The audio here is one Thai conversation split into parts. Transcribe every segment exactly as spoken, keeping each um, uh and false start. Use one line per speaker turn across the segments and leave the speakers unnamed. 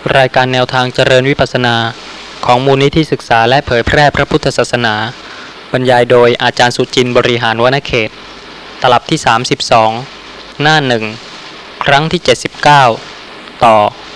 รายการแนวทางเจริญวิปัสสนาของมูลนิธิศึกษาและเผยแพร่พระพุทธศาสนาบรรยายโดยอาจารย์สุจินต์บริหารวณเขตตลับที่สามสิบสองหน้าหนึ่งครั้งที่เจ็ดสิบเก้าต่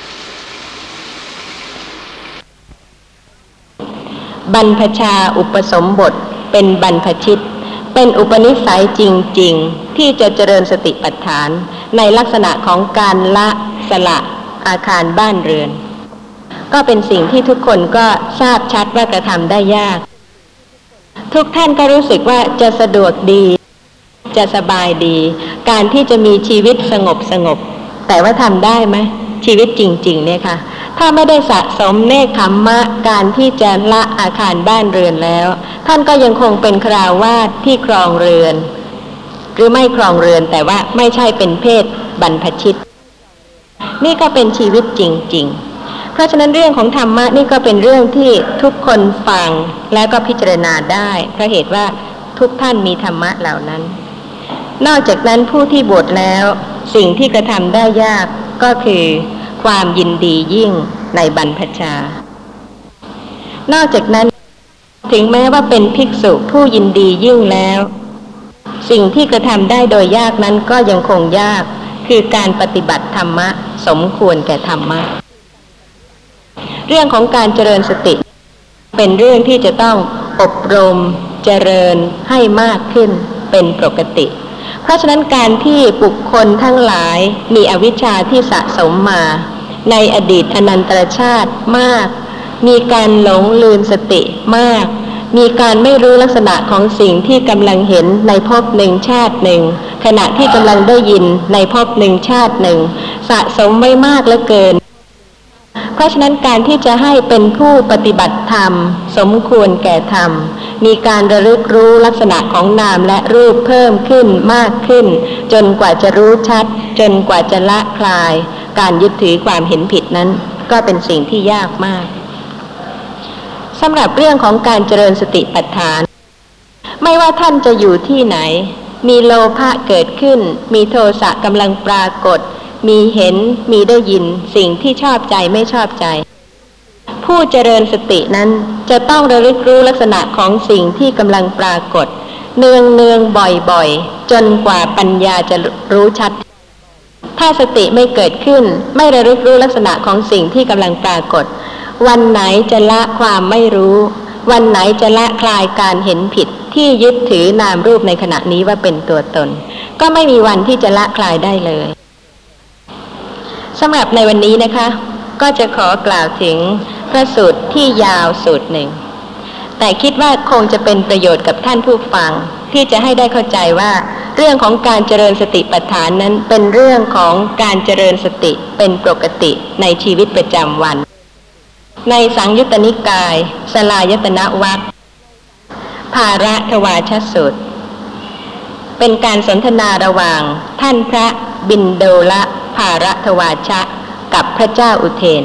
อบ
รรพชาอุปสมบทเป็นบรรพชิตเป็นอุปนิสัยจริงๆที่จะเจริญสติปัฏฐานในลักษณะของการละสละอาคารบ้านเรือนก็เป็นสิ่งที่ทุกคนก็ทราบชัดว่ากระทำได้ยากทุกท่านก็รู้สึกว่าจะสะดวกดีจะสบายดีการที่จะมีชีวิตสงบสงบแต่ว่าทำได้ไหมชีวิตจริงๆเนี่ยค่ะถ้าไม่ได้สะสมเนคขมมะการที่จะละอาคารบ้านเรือนแล้วท่านก็ยังคงเป็นคฤหัสถ์ที่ครองเรือนหรือไม่ครองเรือนแต่ว่าไม่ใช่เป็นเพศบรรพชิตนี่ก็เป็นชีวิตจริงๆเพราะฉะนั้นเรื่องของธรรมะนี่ก็เป็นเรื่องที่ทุกคนฟังแล้วก็พิจารณาได้เพราะเหตุว่าทุกท่านมีธรรมะเหล่านั้นนอกจากนั้นผู้ที่บวชแล้วสิ่งที่กระทำได้ยากก็คือความยินดียิ่งในบรรพชานอกจากนั้นถึงแม้ว่าเป็นภิกษุผู้ยินดียิ่งแล้วสิ่งที่กระทำได้โดยยากนั้นก็ยังคงยากคือการปฏิบัติธรรมะสมควรแก่ธรรมะเรื่องของการเจริญสติเป็นเรื่องที่จะต้องอบรมเจริญให้มากขึ้นเป็นปกติเพราะฉะนั้นการที่บุคคลทั้งหลายมีอวิชชาที่สะสมมาในอดีตอนันตรชาติมากมีการหลงลืมสติมากมีการไม่รู้ลักษณะของสิ่งที่กำลังเห็นในภพหนึ่งชาติหนึ่งขณะที่กำลังได้ยินในภพหนึ่งชาติหนึ่งสะสมไว้มากเหลือเกินเพราะฉะนั้นการที่จะให้เป็นผู้ปฏิบัติธรรมสมควรแก่ธรรมมีการระลึกรู้ลักษณะของนามและรูปเพิ่มขึ้นมากขึ้นจนกว่าจะรู้ชัดจนกว่าจะละคลายการยึดถือความเห็นผิดนั้นก็เป็นสิ่งที่ยากมากสำหรับเรื่องของการเจริญสติปัฏฐานไม่ว่าท่านจะอยู่ที่ไหนมีโลภะเกิดขึ้นมีโทสะกำลังปรากฏมีเห็นมีได้ยินสิ่งที่ชอบใจไม่ชอบใจผู้เจริญสตินั้นจะต้องระลึกรู้ลักษณะของสิ่งที่กำลังปรากฏเนืองเนืองบ่อยๆจนกว่าปัญญาจะรู้ชัดถ้าสติไม่เกิดขึ้นไม่ระลึกรู้ลักษณะของสิ่งที่กำลังปรากฏวันไหนจะละความไม่รู้วันไหนจะละคลายการเห็นผิดที่ยึดถือนามรูปในขณะนี้ว่าเป็นตัวตนก็ไม่มีวันที่จะละคลายได้เลยสำหรับในวันนี้นะคะก็จะขอกล่าวถึงพระสูตรที่ยาวสูตรหนึ่งแต่คิดว่าคงจะเป็นประโยชน์กับท่านผู้ฟังที่จะให้ได้เข้าใจว่าเรื่องของการเจริญสติปัฏฐานนั้นเป็นเรื่องของการเจริญสติเป็นปกติในชีวิตประจำวันในสังยุตตนิกายสลายตนะวรรคภาระทวาชสูตรเป็นการสนทนาระหว่างท่านพระบิณโดลภาระทวาชะกับพระเจ้าอุเทน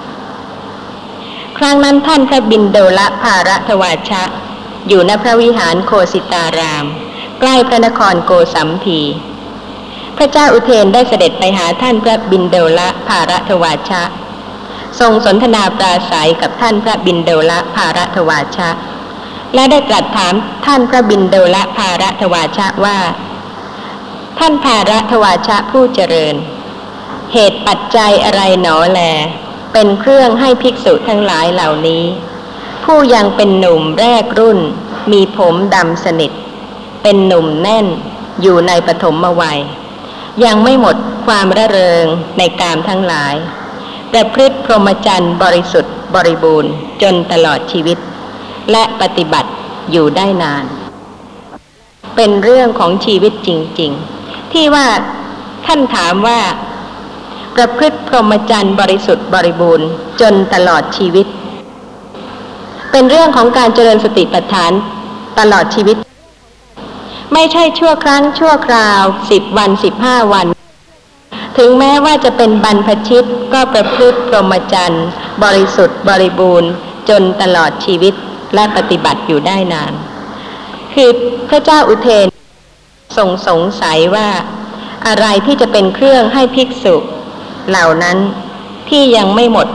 ครั้งนั้นท่านพระบิณโดลภาระทวาชะอยู่ณพระวิหารโคสิตารามใกล้พระนครโกสัมพีพระเจ้าอุเทนได้เสด็จไปหาท่านพระบิณโดลภาระทวาชะทรงสนทนาปราศัยกับท่านพระบิณโดลภาระทวาชะและได้ตรัสถามท่านพระบิณโดลภาระทวาชะว่าท่านภาระทวาชะผู้เจริญเหตุปัจจัยอะไรหนอแลเป็นเครื่องให้ภิกษุทั้งหลายเหล่านี้ผู้ยังเป็นหนุ่มแรกรุ่นมีผมดำสนิทเป็นหนุ่มแน่นอยู่ในปฐมวัยยังไม่หมดความระเริงในกามทั้งหลายประพฤติพรหมจรรย์บริสุทธิ์บริบูรณ์จนตลอดชีวิตและปฏิบัติอยู่ได้นานเป็นเรื่องของชีวิตจริงๆที่ว่าท่านถามว่าประพฤติพรหมจรรย์บริสุทธิ์บริบูรณ์จนตลอดชีวิตเป็นเรื่องของการเจริญสติปัฏฐานตลอดชีวิตไม่ใช่ชั่วครั้งชั่วคราวสิบวันสิบห้าวันถึงแม้ว่าจะเป็นบรรพชิตก็ประพฤติพรหมจรรย์บริสุทธิ์บริบูรณ์จนตลอดชีวิตและปฏิบัติอยู่ได้นานคือพระเจ้าอุเทนทรงสงสัยว่าอะไรที่จะเป็นเครื่องให้ภิกษุเหล่านั้นที่ยังไม่หมด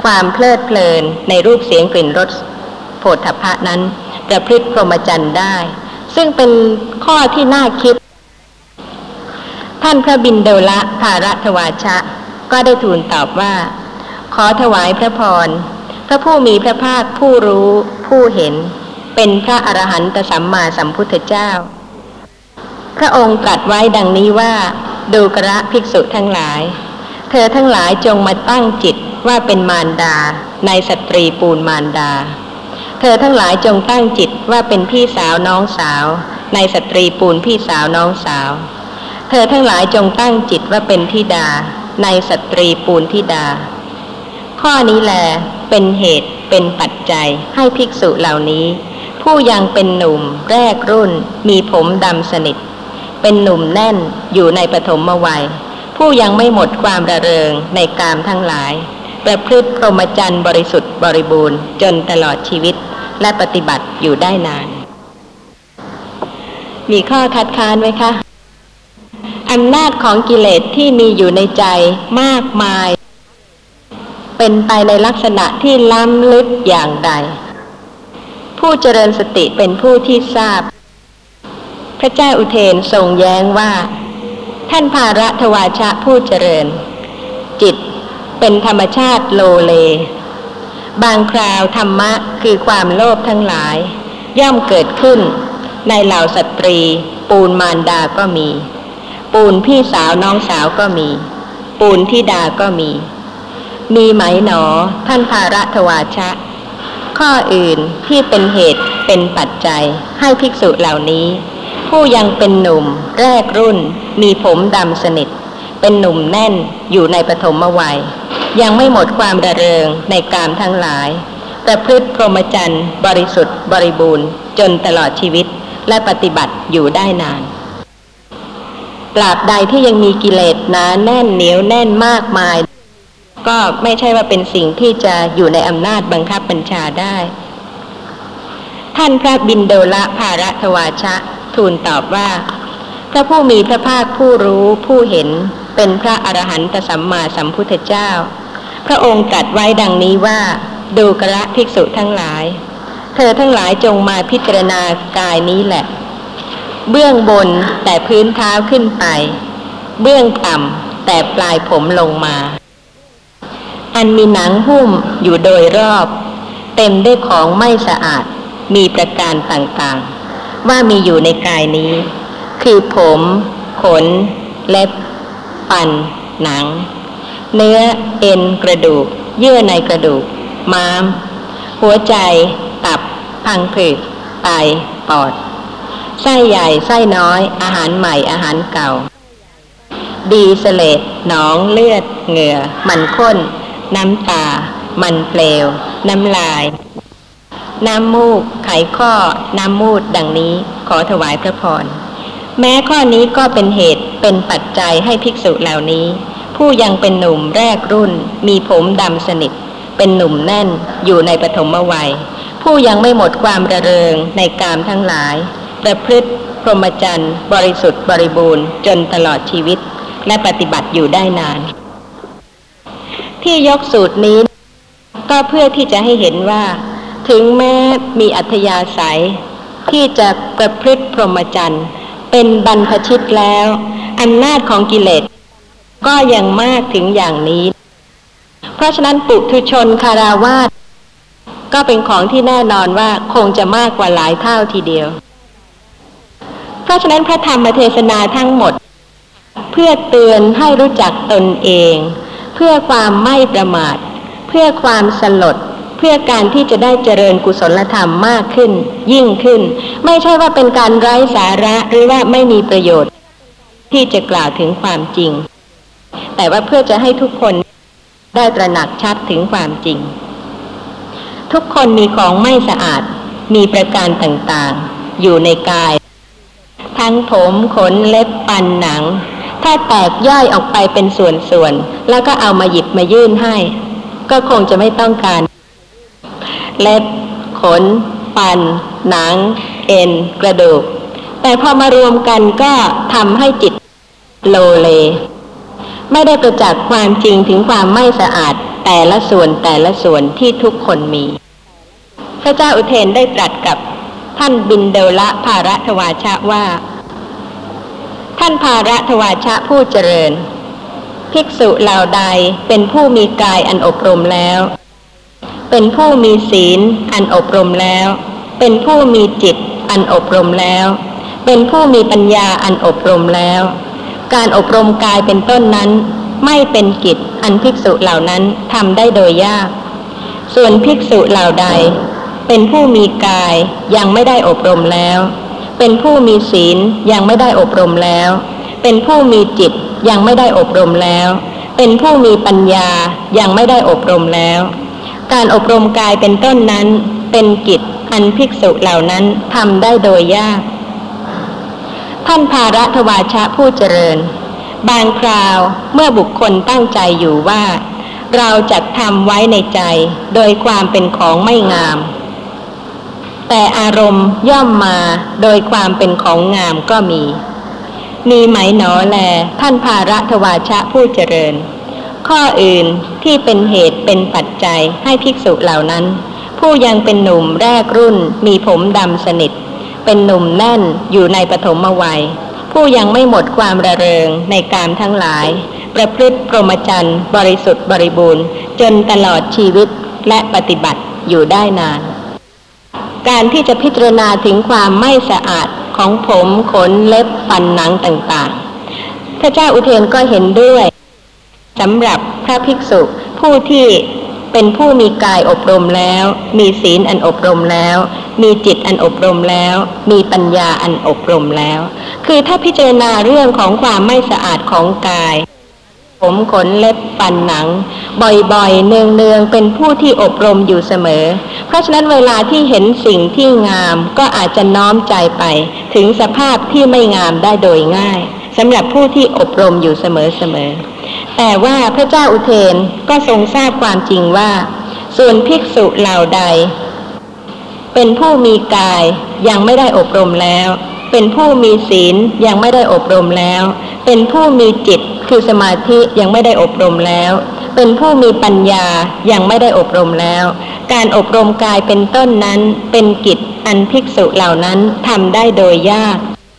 ความเพลิดเพลินในรูปเสียงกลิ่นรสโผฏฐัพพะนั้นประพฤติพรหมจรรย์ได้ซึ่งเป็นข้อที่น่าคิดท่านพระบิณโดลภารทวาชะก็ได้ทูลตอบว่าขอถวายพระพรพระผู้มีพระภาคผู้รู้ผู้เห็นเป็นพระอรหันตสัมมาสัมพุทธเจ้าพระองค์ตรัสไว้ดังนี้ว่าดูกระภิกษุทั้งหลายเธอทั้งหลายจงมาตั้งจิตว่าเป็นมารดาในสตรีปูนมารดาเธอทั้งหลายจงตั้งจิตว่าเป็นพี่สาวน้องสาวในสตรีปูนพี่สาวน้องสาวเธอทั้งหลายจงตั้งจิตว่าเป็นธิดาในสตรีปูนธิดาข้อนี้แลเป็นเหตุเป็นปัจจัยให้ภิกษุเหล่านี้ผู้ยังเป็นหนุ่มแรกรุ่นมีผมดำสนิทเป็นหนุ่มแน่นอยู่ในปฐมวัยผู้ยังไม่หมดความระเริงในกามทั้งหลายประพฤติพรหมจรรย์บริสุทธิ์บริบูรณ์จนตลอดชีวิตและปฏิบัติอยู่ได้นานมีข้อคัดค้านไหมคะอำนาจของกิเลสที่มีอยู่ในใจมากมายเป็นไปในลักษณะที่ล้ำลึกอย่างใดผู้เจริญสติเป็นผู้ที่ทราบพระเจ้าอุเทนทรงแย้งว่าท่านภารทวาชะผู้เจริญจิตเป็นธรรมชาติโลเลบางคราวธรรมะคือความโลภทั้งหลายย่อมเกิดขึ้นในเหล่าสตรีปูนมารดาก็มีปูนพี่สาวน้องสาวก็มีปูนธิดาก็มีมีไหมหนอท่านภารทวาชะข้ออื่นที่เป็นเหตุเป็นปัจจัยให้ภิกษุเหล่านี้ผู้ยังเป็นหนุ่มแรกรุ่นมีผมดำสนิทเป็นหนุ่มแน่นอยู่ในปฐมวัยยังไม่หมดความระเริงในกามทั้งหลายประพฤติพรหมจรรย์บริสุทธิ์บริบูรณ์จนตลอดชีวิตและปฏิบัติอยู่ได้นานตราบใดที่ยังมีกิเลสหนาแน่นเหนียวแน่นมากมายก็ไม่ใช่ว่าเป็นสิ่งที่จะอยู่ในอำนาจบังคับบัญชาได้ท่านพระบิณโดลภารทวาชะทูลตอบว่าพระผู้มีพระภาคผู้รู้ผู้เห็นเป็นพระอรหันตสัมมาสัมพุทธเจ้าพระองค์ตรัสไว้ดังนี้ว่าดูกระภิกษุทั้งหลายเธอทั้งหลายจงมาพิจารณากายนี้แหละเบื้องบนแต่พื้นเท้าขึ้นไปเบื้องต่ำแต่ปลายผมลงมาอันมีหนังหุ้มอยู่โดยรอบเต็มด้วยของไม่สะอาดมีประการต่างๆว่ามีอยู่ในกายนี้คือผมขนเล็บฟันหนังเนื้อเอ็นกระดูกเยื่อในกระดูกม้ามหัวใจตับพังผืดไตปอดไส้ใหญ่ไส้น้อยอาหารใหม่อาหารเก่าดีเสลดหนองเลือดเหงื่อมันข้นน้ำตามันเปลวน้ำลายน้ำมูกไขข้อน้ำมูดดังนี้ขอถวายพระพรแม้ข้อนี้ก็เป็นเหตุเป็นปัจจัยให้ภิกษุเหล่านี้ผู้ยังเป็นหนุ่มแรกรุ่นมีผมดำสนิทเป็นหนุ่มแน่นอยู่ในปฐมวัยผู้ยังไม่หมดความระเริงในกามทั้งหลายประพฤติพรหมจรรย์บริสุทธิ์บริบูรณ์จนตลอดชีวิตและปฏิบัติอยู่ได้นานที่ยกสูตรนี้ก็เพื่อที่จะให้เห็นว่าถึงแม้มีอัธยาศัยที่จะประพฤติพรหมจรรย์เป็นบรรพชิตแล้วอำนาจของกิเลสก็ยังมากถึงอย่างนี้เพราะฉะนั้นปุถุชนคฤหัสถ์ก็เป็นของที่แน่นอนว่าคงจะมากกว่าหลายเท่าทีเดียวเพราะฉะนั้นพระธรรมเทศนาทั้งหมดเพื่อเตือนให้รู้จักตนเองเพื่อความไม่ประมาทเพื่อความสลดเพื่อการที่จะได้เจริญกุศลธรรมมากขึ้นยิ่งขึ้นไม่ใช่ว่าเป็นการไร้สาระหรือว่าไม่มีประโยชน์ที่จะกล่าวถึงความจริงแต่ว่าเพื่อจะให้ทุกคนได้ตระหนักชัดถึงความจริงทุกคนมีของไม่สะอาดมีประการต่างๆอยู่ในกายทั้งผมขนเล็บฟันหนังถ้าแตกย่อยออกไปเป็นส่วนๆแล้วก็เอามาหยิบมายื่นให้ก็คงจะไม่ต้องการเล็บขนฟันหนังเอ็นกระดูกแต่พอมารวมกันก็ทำให้จิตโลเลไม่ได้ประจักษ์ความจริงถึงความไม่สะอาดแต่ละส่วนแต่ละส่วนที่ทุกคนมีพระเจ้าอุเทนได้ตรัสกับท่านบินเดละภารทวาชะว่าท่านภารทวาชะผู้เจริญภิกษุเหล่าใดเป็นผู้มีกายอันอบรมแล้วเป็นผู้มีศีลอันอบรมแล้วเป็นผู้มีจิตอันอบรมแล้วเป็นผู้มีปัญญาอันอบรมแล้วการอบรมกายเป็นต้นนั้นไม่เป็นกิจอันภิกษุเหล่านั้นทำได้โดยยากส่วนภิกษุเหล่าใดเป็นผู้มีกายยังไม่ได้อบรมแล้วเป็นผู้มีศีลยังไม่ได้อบรมแล้วเป็นผู้มีจิตยังไม่ได้อบรมแล้วเป็นผู้มีปัญญายังไม่ได้อบรมแล้วการอบรมกายเป็นต้นนั้นเป็นกิจอันภิกษุเหล่านั้นทำได้โดยยากท่านภารทวาชะผู้เจริญบางคราวเมื่อบุคคลตั้งใจอยู่ว่าเราจะทำไว้ในใจโดยความเป็นของไม่งามแต่อารมณ์ย่อมมาโดยความเป็นของงามก็มีมีไหมหนอแลท่านภารทวาชะผู้เจริญข้ออื่นที่เป็นเหตุเป็นปัจจัยให้ภิกษุเหล่านั้นผู้ยังเป็นหนุ่มแรกรุ่นมีผมดำสนิทเป็นหนุ่มแน่นอยู่ในปฐมวัยผู้ยังไม่หมดความระเริงในกามทั้งหลายประพฤติพรหมจรรย์บริสุทธิ์บริบูรณ์จนตลอดชีวิตและปฏิบัติอยู่ได้นานการที่จะพิจารณาถึงความไม่สะอาดของผมขนเล็บฟันหนังต่างๆพระเจ้าอุเทนก็เห็นด้วยสำหรับพระภิกษุผู้ที่เป็นผู้มีกายอบรมแล้วมีศีลอันอบรมแล้วมีจิตอันอบรมแล้วมีปัญญาอันอบรมแล้วคือถ้าพิจารณาเรื่องของความไม่สะอาดของกายผมขนเล็บฟันหนังบ่อยๆเนืองๆเป็นผู้ที่อบรมอยู่เสมอเพราะฉะนั้นเวลาที่เห็นสิ่งที่งามก็อาจจะน้อมใจไปถึงสภาพที่ไม่งามได้โดยง่ายสำหรับผู้ที่อบรมอยู่เสมอๆแต่ว่าพระเจ้าอุเทนก็ทรงทราบความจริงว่าส่วนภิกษุเหล่าใดเป็นผู้มีกายยังไม่ได้อบรมแล้วเป็นผู้มีศีลยังไม่ได้อบรมแล้วเป็นผู้มีจิตคือสมาธิยังไม่ได้อบรมแล้วเป็นผู้มีปัญญายังไม่ได้อบรมแล้วการอบรมกายเป็นต้นนั้นเป็นกิจอันภิกษุเหล่านั้นทำได้โดยยาก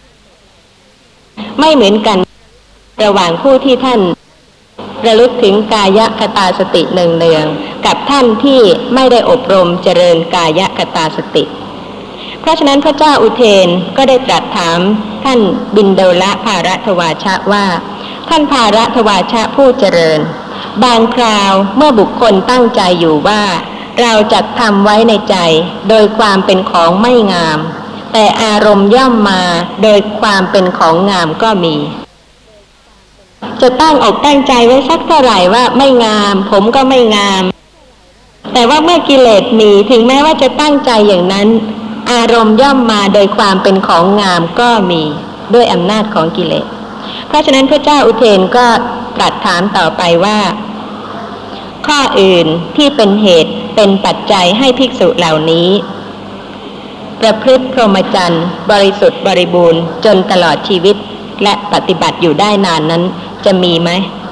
ไม่เหมือนกันระหว่างผู้ที่ท่านระลึกถึงกายคตาสติเนืองๆกับท่านที่ไม่ได้อบรมเจริญกายคตาสติเพราะฉะนั้นพระเจ้าอุเทนก็ได้ตรัสถามท่านบินเดละภารทวาชะว่าท่านภารทวาชะผู้เจริญบางคราวเมื่อบุคคลตั้งใจอยู่ว่าเราจะทำไว้ในใจโดยความเป็นของไม่งามแต่อารมณ์ย่อมมาโดยความเป็นของงามก็มีจะตั้งอกตั้งใจไว้สักเท่าไหร่ว่าไม่งามผมก็ไม่งามแต่ว่าเมื่อกิเลสมีถึงแม้ว่าจะตั้งใจอย่างนั้นอารมณ์ย่อมมาโดยความเป็นของงามก็มีด้วยอำนาจของกิเลสเพราะฉะนั้นพระเจ้าอุเทนก็ตรัสถามต่อไปว่าข้ออื่นที่เป็นเหตุเป็นปัจจัยให้ภิกษุเหล่านี้ประพฤติพรหมจรรย์บริสุทธิ์บริบูรณ์จนตลอดชีวิตและปฏิบัติอยู่ได้นานนั้นจะมีไหม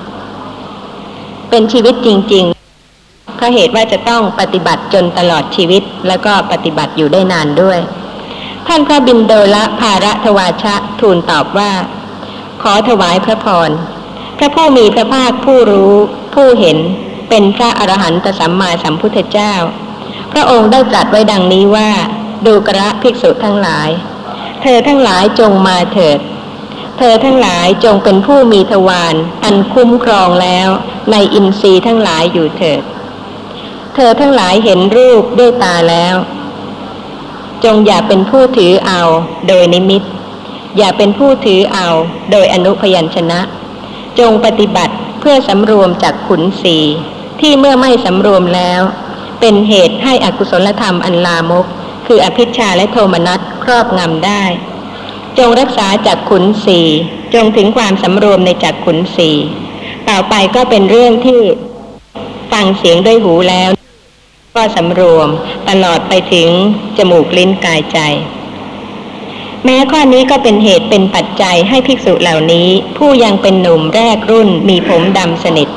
เป็นชีวิตจริงๆเพราะเหตุว่าจะต้องปฏิบัติจนตลอดชีวิตแล้วก็ปฏิบัติอยู่ได้นานด้วยท่านพระบิณโดละภารทวาชะทูลตอบว่าขอถวายพระพรพระผู้มีพระภาคผู้รู้ผู้เห็นเป็นพระอรหันตสัมมาสัมพุทธเจ้าพระองค์ได้ตรัสไว้ดังนี้ว่าดูกระภิกษุทั้งหลายเธอทั้งหลายจงมาเถิดเธอทั้งหลายจงเป็นผู้มีทวารอันคุ้มครองแล้วในอินทรีย์ทั้งหลายอยู่เถิดเธอทั้งหลายเห็นรูปด้วยตาแล้วจงอย่าเป็นผู้ถือเอาโดยนิมิตอย่าเป็นผู้ถือเอาโดยอนุพยัญชนะจงปฏิบัติเพื่อสำรวมจากขุนศีที่เมื่อไม่สำรวมแล้วเป็นเหตุให้อกุศลธรรมอันลามกคืออภิชฌาและโทมนัสครอบงำได้จงรักษาจากขุนศีจงถึงความสำรวมในจากขุนศีต่อไปก็เป็นเรื่องที่ฟังเสียงด้วยหูแล้วก็สำรวมตลอดไปถึงจมูกลิ้นกายใจแม้ข้อนี้ก็เป็นเหตุเป็นปัจจัยให้ภิกษุเหล่านี้ผู้ยังเป็นหนุ่มแรกรุ่นมีผมดำสนิท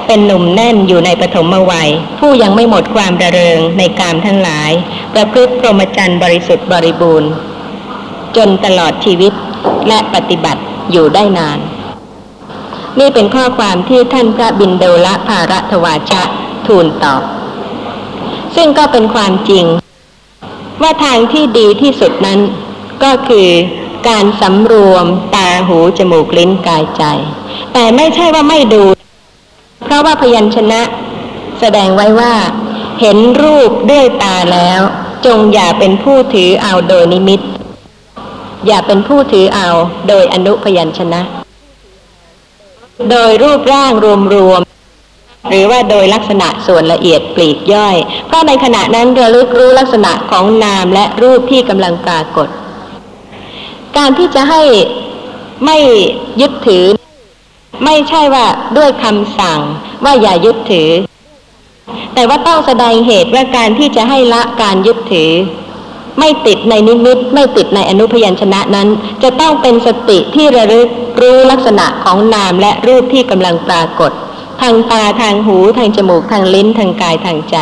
เป็นหนุ่มแน่นอยู่ในปฐมวัยผู้ยังไม่หมดความระเริงในกามทั้งหลายประพฤติพรหมจรรย์บริสุทธิ์บริบูรณ์จนตลอดชีวิตและปฏิบัติอยู่ได้นานนี่เป็นข้อความที่ท่านพระบิณโดลภารทวาชะทูลตอบซึ่งก็เป็นความจริงว่าทางที่ดีที่สุดนั้นก็คือการสำรวมตาหูจมูกลิ้นกายใจแต่ไม่ใช่ว่าไม่ดูเพราะว่าพยัญชนะแสดงไว้ว่าเห็นรูปด้วยตาแล้วจงอย่าเป็นผู้ถือเอาโดยนิมิตอย่าเป็นผู้ถือเอาโดยอนุพยัญชนะโดยรูปร่างรวมๆหรือว่าโดยลักษณะส่วนละเอียดปลีกย่อยเพราะในขณะนั้นระลึกรู้ลักษณะของนามและรูปที่กำลังปรากฏการที่จะให้ไม่ยึดถือไม่ใช่ว่าด้วยคำสั่งว่าอย่ายึดถือแต่ว่าต้องแสดงเหตุว่าการที่จะให้ละการยึดถือไม่ติดในนิมิตไม่ติดในอนุพยัญชนะนั้นจะต้องเป็นสติที่ระลึกรู้ลักษณะของนามและรูปที่กำลังปรากฏทางตาทางหูทางจมูกทางลิ้นทางกายทางใจ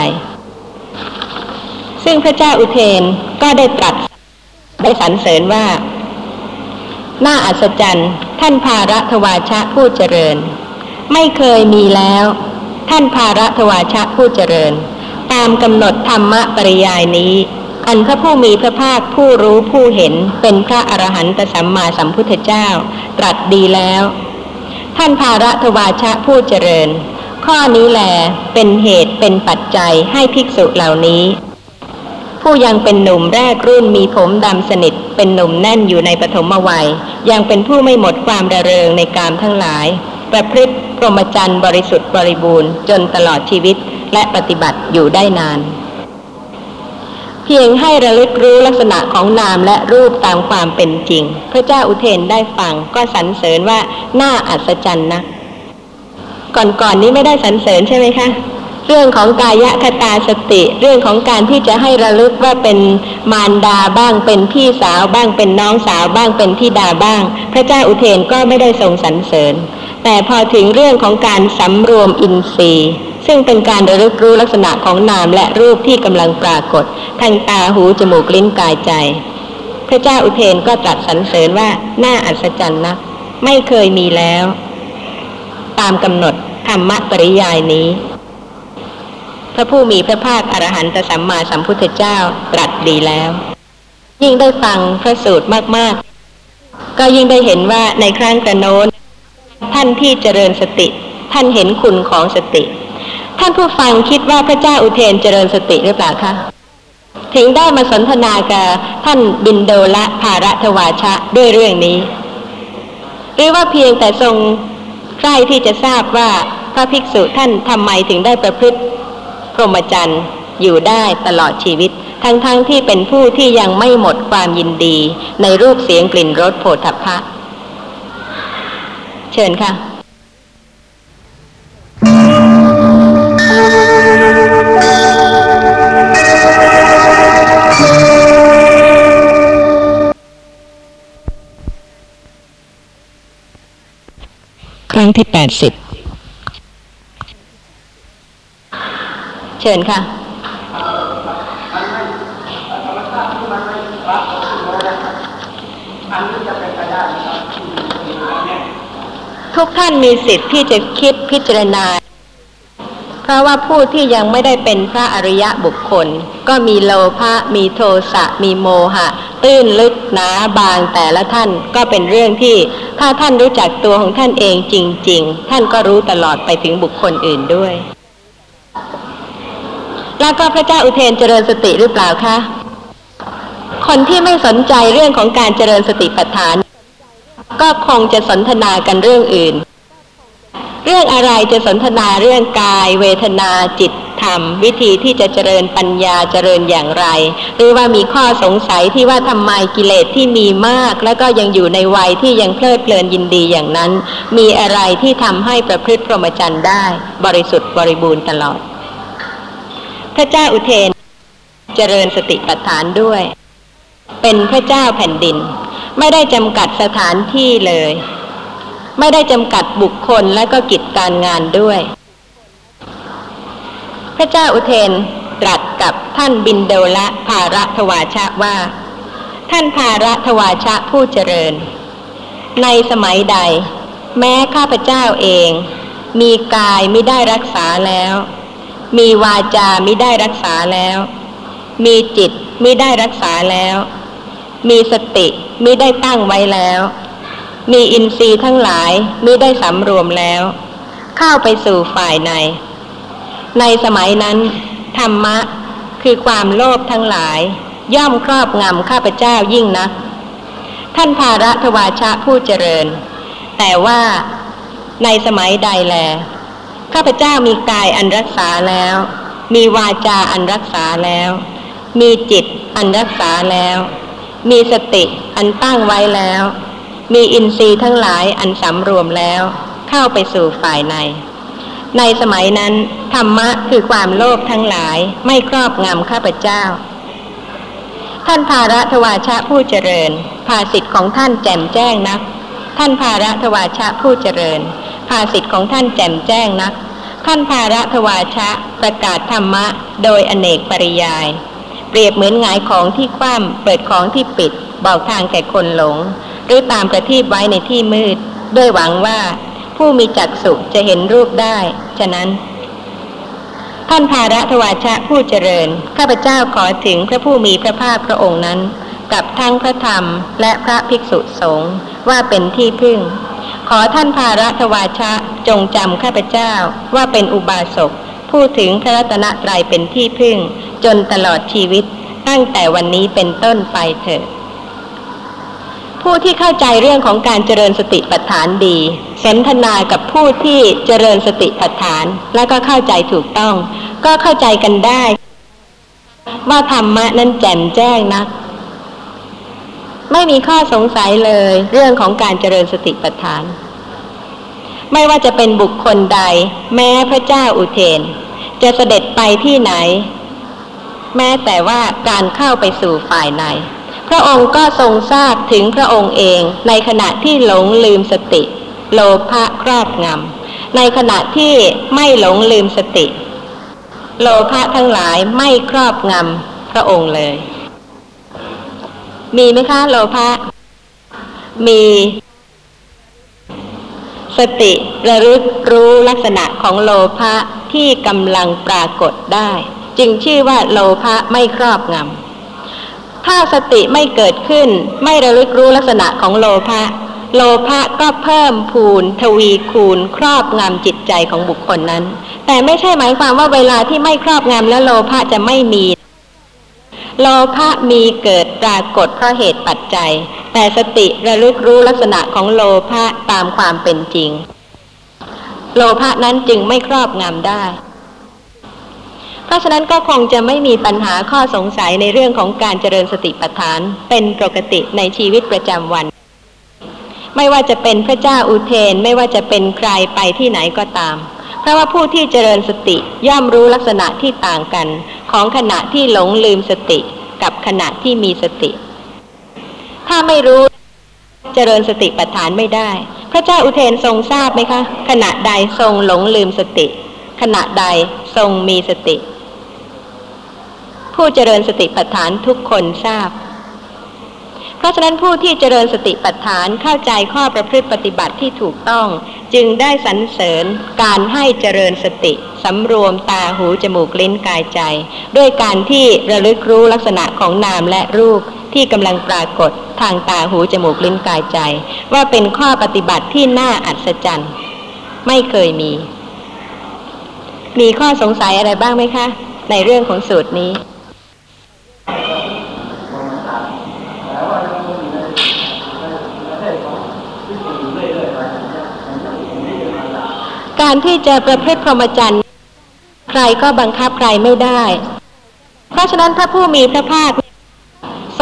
ซึ่งพระเจ้าอุเทนก็ได้ตรัสได้สรรเสริญว่าน่าอัศจรรย์ท่านภารทวาชะผู้เจริญไม่เคยมีแล้วท่านภารทวาชะผู้เจริญตามกำหนดธรรมปริยายนี้อันพระผู้มีพระภาคผู้รู้ผู้เห็นเป็นพระอรหันตสัมมาสัมพุทธเจ้าตรัสดีแล้วท่านภารทวาชะผู้เจริญข้อนี้แลเป็นเหตุเป็นปัจจัยให้ภิกษุเหล่านี้ผู้ยังเป็นหนุ่มแรกรุ่นมีผมดำสนิทเป็นหนุ่มแน่นอยู่ในปฐมวัยยังเป็นผู้ไม่หมดความระเริงในกามทั้งหลายประพฤติพรหมจรรย์บริสุทธิ์บริบูรณ์จนตลอดชีวิตและปฏิบัติอยู่ได้นานเพียงให้ระลึกรู้ลักษณะของนามและรูปตามความเป็นจริงพระเจ้าอุเทนได้ฟังก็สรรเสริญว่าน่าอัศจรรย์นักก่อนๆ น, นี้ไม่ได้สรรเสริญใช่ไหมคะเรื่องของกายคตาสติเรื่องของการที่จะให้ระลึกว่าเป็นมารดาบ้างเป็นพี่สาวบ้างเป็นน้องสาวบ้างเป็นธิดาบ้างพระเจ้าอุเทนก็ไม่ได้ทรงสรรเสริญแต่พอถึงเรื่องของการสำรวมอินทรีย์ซึ่งเป็นการระลึกรู้ลักษณะของนามและรูปที่กำลังปรากฏทางตาหูจมูกลิ้นกายใจพระเจ้าอุเทนก็ตรัสสรรเสริญว่าน่าอัศจรรย์นักไม่เคยมีแล้วตามกำหนดธรรมปริยายนี้พระผู้มีพระภาคอรหันตสัมมาสัมพุทธเจ้าตรัสดีแล้วยิ่งได้ฟังพระสูตรมากๆก็ยิ่งได้เห็นว่าในครั้งกระโน้นท่านที่เจริญสติท่านเห็นคุณของสติท่านผู้ฟังคิดว่าพระเจ้าอุเทนเจริญสติหรือเปล่าคะถึงได้มาสนทนากับท่านบิณโดลภารทวาชะด้วยเรื่องนี้หรือว่าเพียงแต่ทรงใคร่ที่จะทราบว่าพระภิกษุท่านทำไมถึงได้ประพฤติพรหมจรรย์อยู่ได้ตลอดชีวิตทั้งๆ ท, ที่เป็นผู้ที่ยังไม่หมดความยินดีในรูปเสียงกลิ่นรสโผฏฐัพพะเชิญค่ะครั้งที่แปดสิบเชิญค่ะทุกท่านมีสิทธิ์ที่จะคิดพิจารณาเพราะว่าผู้ที่ยังไม่ได้เป็นพระอริยบุคคลก็มีโลภะมีโทสะมีโมหะตื้นลึกหนาบางแต่ละท่านก็เป็นเรื่องที่ถ้าท่านรู้จักตัวของท่านเองจริงๆท่านก็รู้ตลอดไปถึงบุคคลอื่นด้วยแล้วก็พระเจ้าอุเทนเจริญสติหรือเปล่าคะคนที่ไม่สนใจเรื่องของการเจริญสติปัฏฐานก็คงจะสนทนากันเรื่องอื่นเรื่องอะไรจะสนทนาเรื่องกายเวทนาจิตธรรมวิธีที่จะเจริญปัญญาเจริญอย่างไรหรือว่ามีข้อสงสัยที่ว่าทำไมกิเลสที่มีมากแล้วก็ยังอยู่ในวัยที่ยังเพลิดเพลินยินดีอย่างนั้นมีอะไรที่ทำให้ประพฤติพรหมจรรย์ได้บริสุทธิ์บริบูรณ์ตลอดพระเจ้าอุเทนเจริญสติปัฏฐานด้วยเป็นพระเจ้าแผ่นดินไม่ได้จำกัดสถานที่เลยไม่ได้จำกัดบุคคลและก็กิจการงานด้วยพระเจ้าอุเทนตรัสกับท่านบินโดละภารทวาชะว่าท่านภารทวาชะผู้เจริญในสมัยใดแม้ข้าพเจ้าเองมีกายมิได้รักษาแล้วมีวาจามิได้รักษาแล้วมีจิตมิได้รักษาแล้วมีสติมิได้ตั้งไว้แล้วมีอินทรีย์ทั้งหลายมิได้สำรวมแล้วเข้าไปสู่ฝ่ายในในสมัยนั้นธรรมะคือความโลภทั้งหลายย่อมครอบงำข้าพเจ้ายิ่งนักท่านภารทวาชะผู้เจริญแต่ว่าในสมัยใดแลข้าพเจ้ามีกายอันรักษาแล้วมีวาจาอันรักษาแล้วมีจิตอันรักษาแล้วมีสติอันตั้งไว้แล้วมีอินทรีย์ทั้งหลายอันสำรวมแล้วเข้าไปสู่ฝ่ายในในสมัยนั้นธรรมะคือความโลภทั้งหลายไม่ครอบงำข้าพเจ้าท่านภารทวาชะผู้เจริญภาษิตของท่านแจ่มแจ้งนักท่านภารทวาชะผู้เจริญภาษิตของท่านแจ่มแจ้งนักท่านภารทวาชะประกาศธรรมะโดยอเนกปริยายเปรียบเหมือนหงายของที่คว่ำเปิดของที่ปิดบอกทางแก่คนหลงหรือตามประทีปไว้ในที่มืดด้วยหวังว่าผู้มีจักษุจะเห็นรูปได้ฉะนั้นท่านภารทวาชะผู้เจริญข้าพเจ้าขอถึงพระผู้มีพระภาคพระองค์นั้นกับทั้งพระธรรมและพระภิกษุสงฆ์ว่าเป็นที่พึ่งขอท่านภารทวาชะจงจำข้าพเจ้าว่าเป็นอุบาสกผู้ถึงพระรัตนตรัยเป็นที่พึ่งจนตลอดชีวิตตั้งแต่วันนี้เป็นต้นไปเถิดผู้ที่เข้าใจเรื่องของการเจริญสติปัฏฐานดีสนทนากับผู้ที่เจริญสติปัฏฐานและก็เข้าใจถูกต้องก็เข้าใจกันได้ว่าธรรมะนั้นแจ่มแจ้งนักไม่มีข้อสงสัยเลยเรื่องของการเจริญสติปัฏฐานไม่ว่าจะเป็นบุคคลใดแม้พระเจ้าอุเทนจะเสด็จไปที่ไหนแม้แต่ว่าการเข้าไปสู่ฝ่ายในพระองค์ก็ทรงทราบถึงพระองค์เองในขณะที่หลงลืมสติโลภะครอบงำในขณะที่ไม่หลงลืมสติโลภะทั้งหลายไม่ครอบงำพระองค์เลยมีไหมคะโลภะมีสติระลึกรู้ลักษณะของโลภะที่กำลังปรากฏได้จึงชื่อว่าโลภะไม่ครอบงำถ้าสติไม่เกิดขึ้นไม่ระลึกรู้ลักษณะของโลภะโลภะก็เพิ่มพูนทวีคูณครอบงำจิตใจของบุคคลนั้นแต่ไม่ใช่หมายความว่าเวลาที่ไม่ครอบงำแล้วโลภะจะไม่มีโลภะมีเกิดปรากฏเพราะเหตุปัจจัยแต่สติระลึกรู้ลักษณะของโลภะตามความเป็นจริงโลภะนั้นจึงไม่ครอบงำได้เพราะฉะนั้นก็คงจะไม่มีปัญหาข้อสงสัยในเรื่องของการเจริญสติปัฏฐานเป็นปกติในชีวิตประจำวันไม่ว่าจะเป็นพระเจ้าอุเทนไม่ว่าจะเป็นใครไปที่ไหนก็ตามเพราะว่าผู้ที่เจริญสติย่อมรู้ลักษณะที่ต่างกันของขณะที่หลงลืมสติกับขณะที่มีสติถ้าไม่รู้เจริญสติปัฏฐานไม่ได้พระเจ้าอุเทนทรงทราบไหมคะขณะใดทรงหลงลืมสติขณะใดทรงมีสติผู้เจริญสติปัฏฐานทุกคนทราบเพราะฉะนั้นผู้ที่เจริญสติปัฏฐานเข้าใจข้อประพฤติปฏิบัติที่ถูกต้องจึงได้สรรเสริญการให้เจริญสติสำรวมตาหูจมูกลิ้นกายใจด้วยการที่ระลึกรู้ลักษณะของนามและรูปที่กำลังปรากฏทางตาหูจมูกลิ้นกายใจว่าเป็นข้อปฏิบัติที่น่าอัศจรรย์ไม่เคยมีมีข้อสงสัยอะไรบ้างไหมคะในเรื่องของสูตรนี้การที่จะประพฤติพรหมจรรย์ใครก็บังคับใครไม่ได้เพราะฉะนั้นพระผู้มีพระภาคท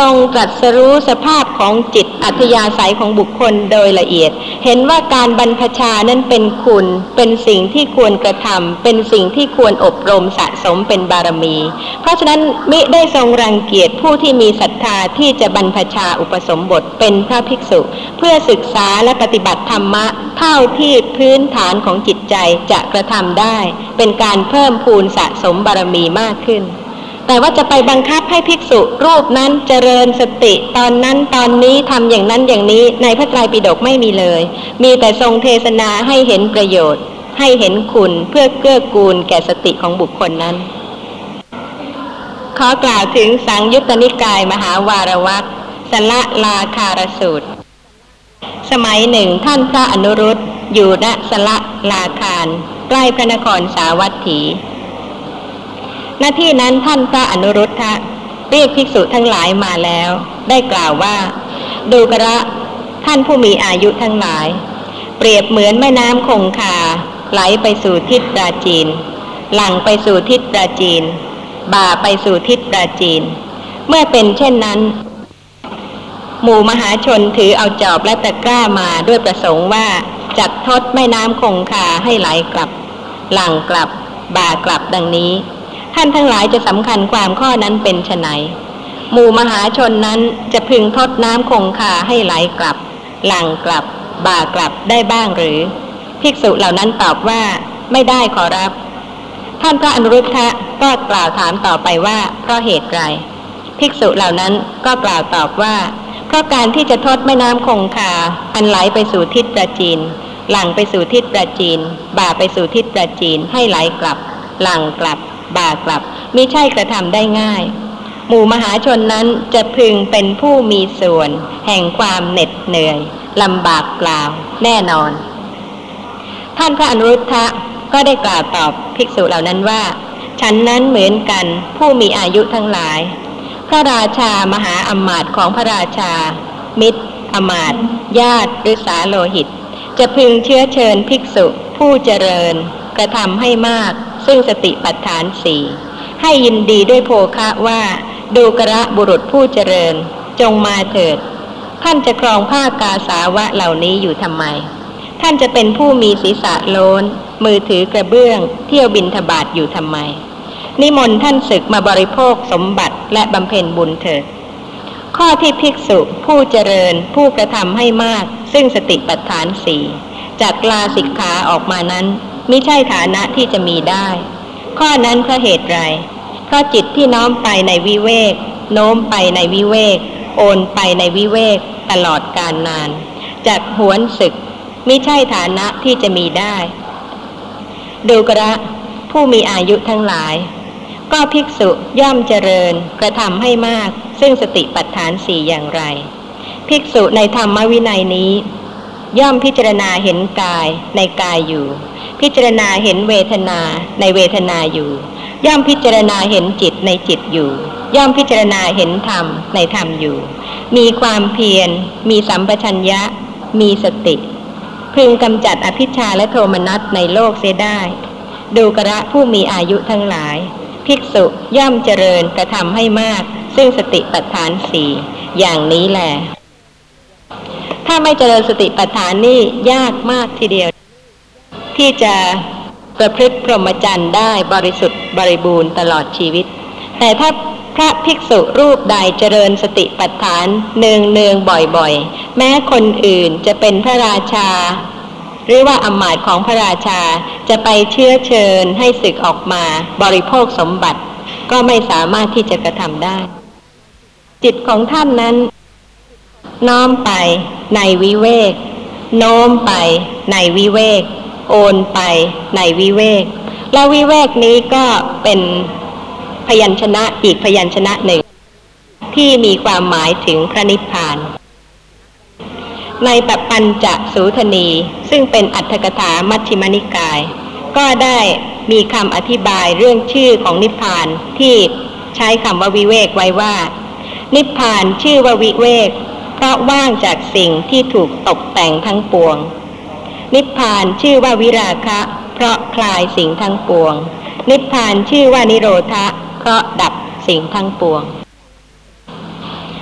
รงตรัสรู้สภาพของจิตอัธยาศัยของบุคคลโดยละเอียดเห็นว่าการบรรพชานั้นเป็นคุณเป็นสิ่งที่ควรกระทำเป็นสิ่งที่ควรอบรมสะสมเป็นบารมีเพราะฉะนั้นมิได้ทรงรังเกียจผู้ที่มีศรัทธาที่จะบรรพชาอุปสมบทเป็นพระภิกษุเพื่อศึกษาและปฏิบัติธรรมะเท่าที่พื้นฐานของจิตใจจะกระทำได้เป็นการเพิ่มพูนสะสมบารมีมากขึ้นแต่ว่าจะไปบังคับให้ภิกษุรูปนั้นเจริญสติตอนนั้นตอนนี้ทำอย่างนั้นอย่างนี้ในพระไตรปิฎกไม่มีเลยมีแต่ทรงเทศนาให้เห็นประโยชน์ให้เห็นคุณเพื่อเกื้อกูลแก่สติของบุคคลนั้นขอกล่าวถึงสังยุตตนิกายมหาวารวรรคสละลาคารสูตรสมัยหนึ่งท่านพระอนุรุตอยู่ณสละลาคารใกล้พระนครสาวัตถีณที่นั้นท่านพระอนุรุทธะเรียกภิกษุทั้งหลายมาแล้วได้กล่าวว่าดูกระท่านผู้มีอายุทั้งหลายเปรียบเหมือนแม่น้ำคงคาไหลไปสู่ทิศปราจีนหลั่งไปสู่ทิศปราจีนบ่าไปสู่ทิศปราจีนเมื่อเป็นเช่นนั้นหมู่มหาชนถือเอาจอบและตะกร้ามาด้วยประสงค์ว่าจัดทดแม่น้ำคงคาให้ไหลกลับหลั่งกลับบ่ากลับดังนี้ท่านทั้งหลายจะสำคัญความข้อนั้นเป็นไฉนหมู่มหาชนนั้นจะพึงทดน้ำคงคาให้ไหลกลับหลั่งกลับบ่ากลับได้บ้างหรือภิกษุเหล่านั้นตอบว่าไม่ได้ขอรับท่านพระอนุรุทธะก็กล่าวถามต่อไปว่าเพราะเหตุไรภิกษุเหล่านั้นก็กล่าวตอบว่าเพราะการที่จะทดแม่น้ำคงคาอันไหลไปสู่ทิศปราจีนหลั่งไปสู่ทิศปราจีนบ่าไปสู่ทิศปราจีนให้ไหลกลับหลั่งกลับบ่ากลับมิใช่กระทำได้ง่ายหมู่มหาชนนั้นจะพึงเป็นผู้มีส่วนแห่งความเหน็ดเหนื่อยลำบากเปล่าแน่นอนท่านพระอนุรุทธะก็ได้กล่าวตอบภิกษุเหล่านั้นว่าฉันนั้นเหมือนกันผู้มีอายุทั้งหลายพระราชามหาอำมาตย์ของพระราชามิตรอมาตย์ญาติหรือสาโลหิตจะพึงเชื้อเชิญภิกษุผู้เจริญกระทำให้มากซึ่งสติปัฏฐานสี่ให้ยินดีด้วยโภคะว่าดูกระบุรุษผู้เจริญจงมาเถิดท่านจะครองผ้ากาสาวะเหล่านี้อยู่ทำไมท่านจะเป็นผู้มีศีรษะโล้นมือถือกระเบื้องเที่ยวบิณฑบาตอยู่ทำไมนิมนต์ท่านศึกมาบริโภคสมบัติและบำเพ็ญบุญเถิดข้อที่ภิกษุผู้เจริญผู้กระทำให้มากซึ่งสติปัฏฐานสี่จากลาสิกขาออกมานั้นมิใช่ฐานะที่จะมีได้ข้อนั้นเพราะเหตุไรเพราะจิตที่น้อมไปในวิเวกโน้มไปในวิเวกโอนไปในวิเวกตลอดกาลนานจากหวนศึกมิใช่ฐานะที่จะมีได้ดูกระผู้มีอายุทั้งหลายก็ภิกษุย่อมเจริญกระทำให้มากซึ่งสติปัฏฐานสี่อย่างไรภิกษุในธรรมวินัยนี้ย่อมพิจารณาเห็นกายในกายอยู่พิจารณาเห็นเวทนาในเวทนาอยู่ย่อมพิจารณาเห็นจิตในจิตอยู่ย่อมพิจารณาเห็นธรรมในธรรมอยู่มีความเพียรมีสัมปชัญญะมีสติพึงกำจัดอภิชฌาและโทมนัสในโลกเสียได้ดูกระผู้มีอายุทั้งหลายภิกษุย่อมเจริญกระทำให้มากซึ่งสติปัฏฐานสี่อย่างนี้แหละถ้าไม่เจริญสติปัฏฐานนี่ยากมากทีเดียวที่จะประพฤติพรหมจรรย์ได้บริสุทธิ์บริบูรณ์ตลอดชีวิตแต่ถ้าพระภิกษุรูปใดเจริญสติปัฏฐานเนืองเนืองบ่อยๆแม้คนอื่นจะเป็นพระราชาหรือว่าอำมาตย์ของพระราชาจะไปเชื้อเชิญให้ศึกออกมาบริโภคสมบัติก็ไม่สามารถที่จะกระทำได้จิตของท่านนั้นน้อมไปในวิเวกโน้มไปในวิเวกโอนไปในวิเวกแล้ววิเวกนี้ก็เป็นพยัญชนะอีกพยัญชนะหนึ่งที่มีความหมายถึงพระนิพพานในปัปปัญจสูทนีซึ่งเป็นอรรถกถามัชฌิมนิกายก็ได้มีคำอธิบายเรื่องชื่อของนิพพานที่ใช้คำว่าวิเวกไว้ว่านิพพานชื่อว่าวิเวกเพราะว่างจากสิ่งที่ถูกตกแต่งทั้งปวงนิพพานชื่อว่าวิราคะเพราะคลายสิ่งทั้งปวงนิพพานชื่อว่านิโรธะเพราะดับสิ่งทั้งปวง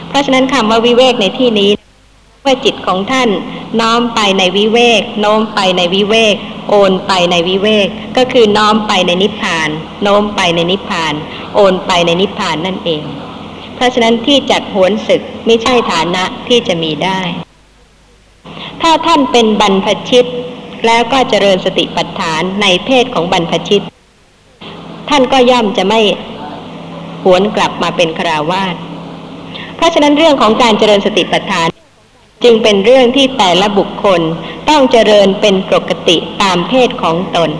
เพราะฉะนั้นคำว่าวิเวกในที่นี้ว่าจิตของท่านน้อมไปในวิเวกโน้มไปในวิเวกโอนไปในวิเวกก็คือน้อมไปในนิพพานโน้มไปในนิพพานโอนไปในนิพพานนั่นเองเพราะฉะนั้นที่จัดโหนศึกไม่ใช่ฐานะที่จะมีได้ถ้าท่านเป็นบรรพชิตแล้วก็เจริญสติปัฏฐานในเพศของบรรพชิตท่านก็ย่อมจะไม่หวนกลับมาเป็นฆราวาสเพราะฉะนั้นเรื่องของการเจริญสติปัฏฐานจึงเป็นเรื่องที่แต่ละบุคคลต้องเจริญเป็นปกติตามเพศของตน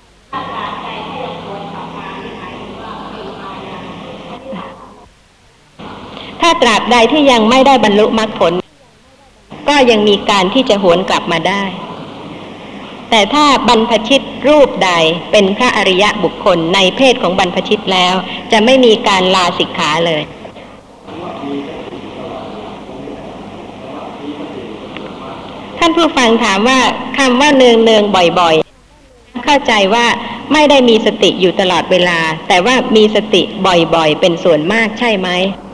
ถ้าตราบใดที่ยังไม่ได้บรรลุมรรคผลก็ยังมีการที่จะหวนกลับมาได้แต่ถ้าบรรพชิตรูปใดเป็นพระอริยะบุคคลในเพศของบรรพชิตแล้วจะไม่มีการลาสิกขาเลยท่านผู้ฟังถามว่าคำว่าเนืองเนืองบ่อยๆเข้าใจว่าไม่ได้มีสติอยู่ตลอดเวลาแต่ว่ามีสติบ่อยๆเป็นส่วนมากใช่ไหม